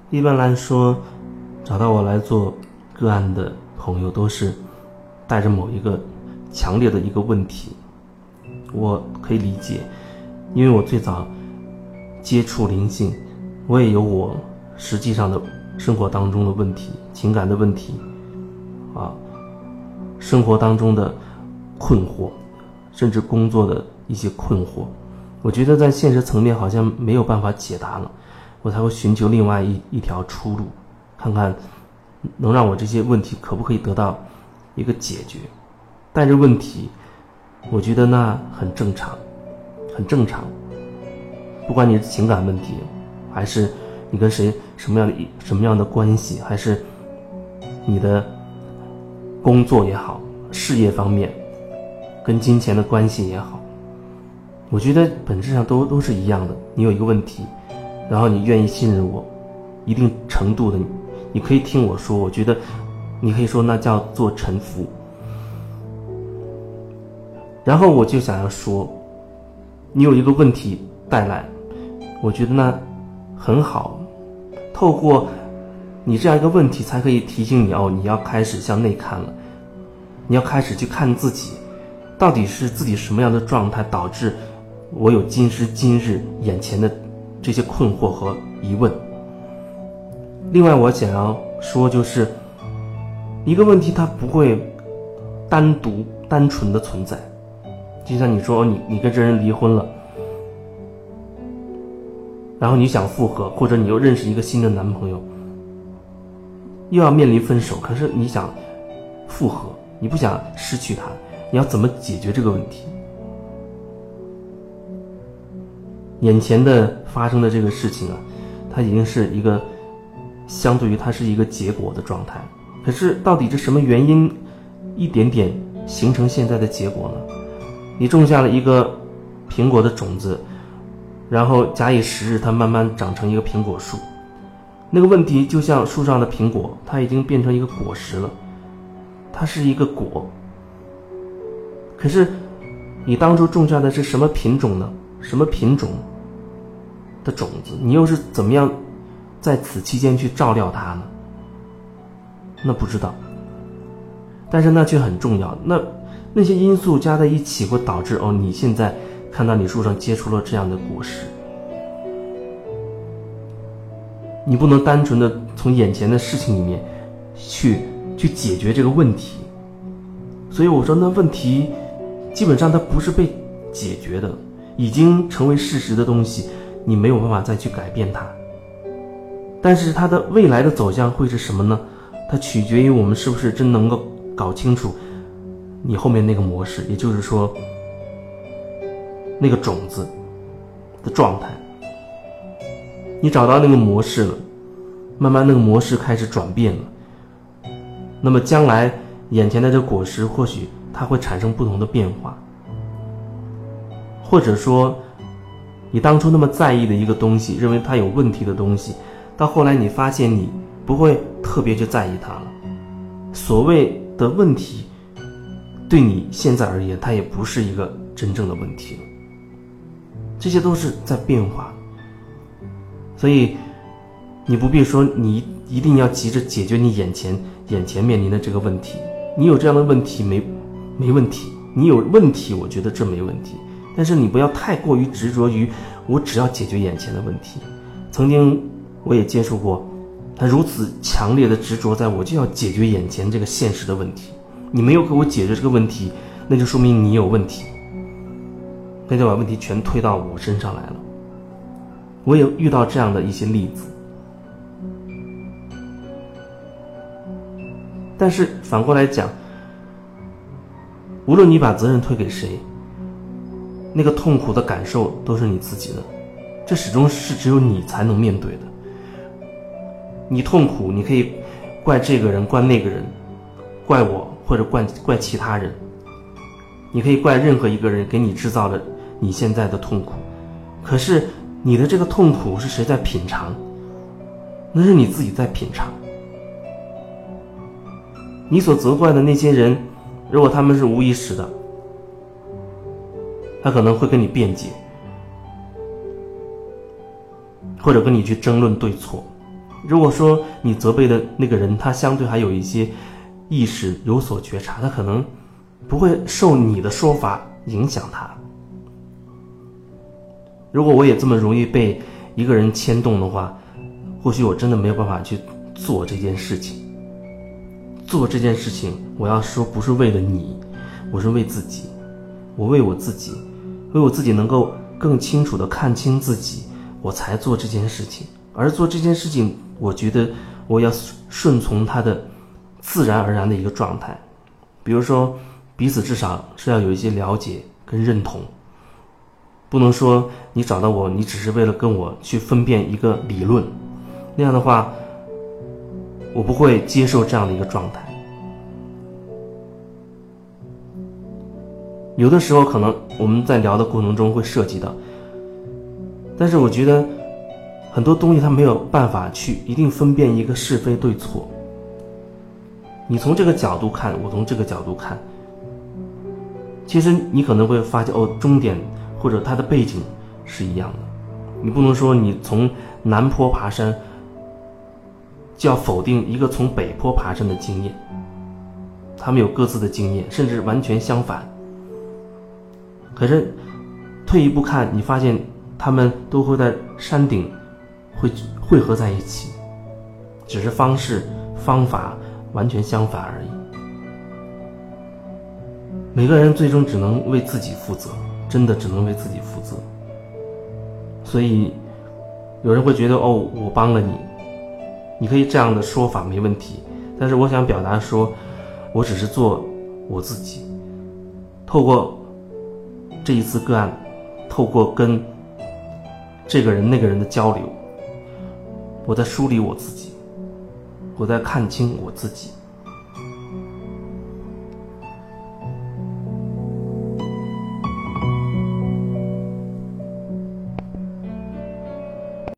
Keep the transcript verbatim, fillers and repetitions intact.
一般来说，找到我来做个案的朋友都是带着某一个强烈的一个问题，我可以理解，因为我最早接触灵性，我也有我实际上的生活当中的问题，情感的问题啊，生活当中的困惑，甚至工作的一些困惑，我觉得在现实层面好像没有办法解答了，我才会寻求另外一一条出路，看看能让我这些问题可不可以得到一个解决。带着问题，我觉得那很正常，很正常。不管你是情感问题，还是你跟谁什么样的什么样的关系，还是你的工作也好，事业方面，跟金钱的关系也好，我觉得本质上都都是一样的。你有一个问题，然后你愿意信任我，一定程度的你，你可以听我说，我觉得你可以说那叫做臣服。然后我就想要说，你有一个问题带来，我觉得那很好，透过你这样一个问题才可以提醒你，哦，你要开始向内看了，你要开始去看自己，到底是自己什么样的状态导致我有今时今日眼前的这些困惑和疑问。另外我想要说，就是一个问题它不会单独单纯的存在，就像你说你你跟这人离婚了，然后你想复合，或者你又认识一个新的男朋友，又要面临分手，可是你想复合，你不想失去他，你要怎么解决这个问题？眼前的发生的这个事情啊，它已经是一个相对于它是一个结果的状态，可是到底这什么原因一点点形成现在的结果呢？你种下了一个苹果的种子，然后假以时日它慢慢长成一个苹果树，那个问题就像树上的苹果，它已经变成一个果实了，它是一个果，可是你当初种下的是什么品种呢？什么品种的种子，你又是怎么样在此期间去照料它呢？那不知道，但是那却很重要。那那些因素加在一起会导致，哦，你现在看到你树上结出了这样的果实。你不能单纯的从眼前的事情里面去去解决这个问题，所以我说那问题基本上它不是被解决的，已经成为事实的东西，你没有办法再去改变它。但是它的未来的走向会是什么呢？它取决于我们是不是真能够搞清楚你后面那个模式，也就是说那个种子的状态。你找到那个模式了，慢慢那个模式开始转变了，那么将来眼前的这个果实或许它会产生不同的变化，或者说你当初那么在意的一个东西，认为它有问题的东西，到后来你发现你不会特别去在意它了，所谓的问题对你现在而言它也不是一个真正的问题了，这些都是在变化。所以你不必说你一定要急着解决你眼前眼前面临的这个问题，你有这样的问题没没问题，你有问题我觉得这没问题，但是你不要太过于执着于我只要解决眼前的问题。曾经我也接触过他如此强烈的执着在我就要解决眼前这个现实的问题，你没有给我解决这个问题，那就说明你有问题，那就把问题全推到我身上来了。我也遇到这样的一些例子，但是反过来讲，无论你把责任推给谁，那个痛苦的感受都是你自己的，这始终是只有你才能面对的。你痛苦，你可以怪这个人，怪那个人，怪我，或者怪怪其他人，你可以怪任何一个人给你制造了你现在的痛苦，可是你的这个痛苦是谁在品尝？那是你自己在品尝。你所责怪的那些人，如果他们是无意识的，他可能会跟你辩解，或者跟你去争论对错， 如果说你责备的那个人他相对还有一些意识有所觉察，他可能不会受你的说法影响他。如果我也这么容易被一个人牵动的话，或许我真的没有办法去做这件事情。做这件事情，我要说不是为了你，我是为自己。我为我自己，为我自己能够更清楚地看清自己，我才做这件事情。而做这件事情，我觉得我要顺从它的自然而然的一个状态。比如说，彼此至少是要有一些了解跟认同，不能说你找到我，你只是为了跟我去分辨一个理论，那样的话，我不会接受这样的一个状态。有的时候可能我们在聊的过程中会涉及到，但是我觉得很多东西它没有办法去一定分辨一个是非对错。你从这个角度看，我从这个角度看，其实你可能会发现哦，终点或者它的背景是一样的。你不能说你从南坡爬山就要否定一个从北坡爬山的经验，他们有各自的经验，甚至完全相反。可是退一步看，你发现他们都会在山顶会汇合在一起，只是方式方法完全相反而已。每个人最终只能为自己负责，真的只能为自己负责。所以有人会觉得哦，我帮了你，你可以这样的说法没问题，但是我想表达说，我只是做我自己，透过这一次个案，透过跟这个人那个人的交流，我在梳理我自己，我在看清我自己。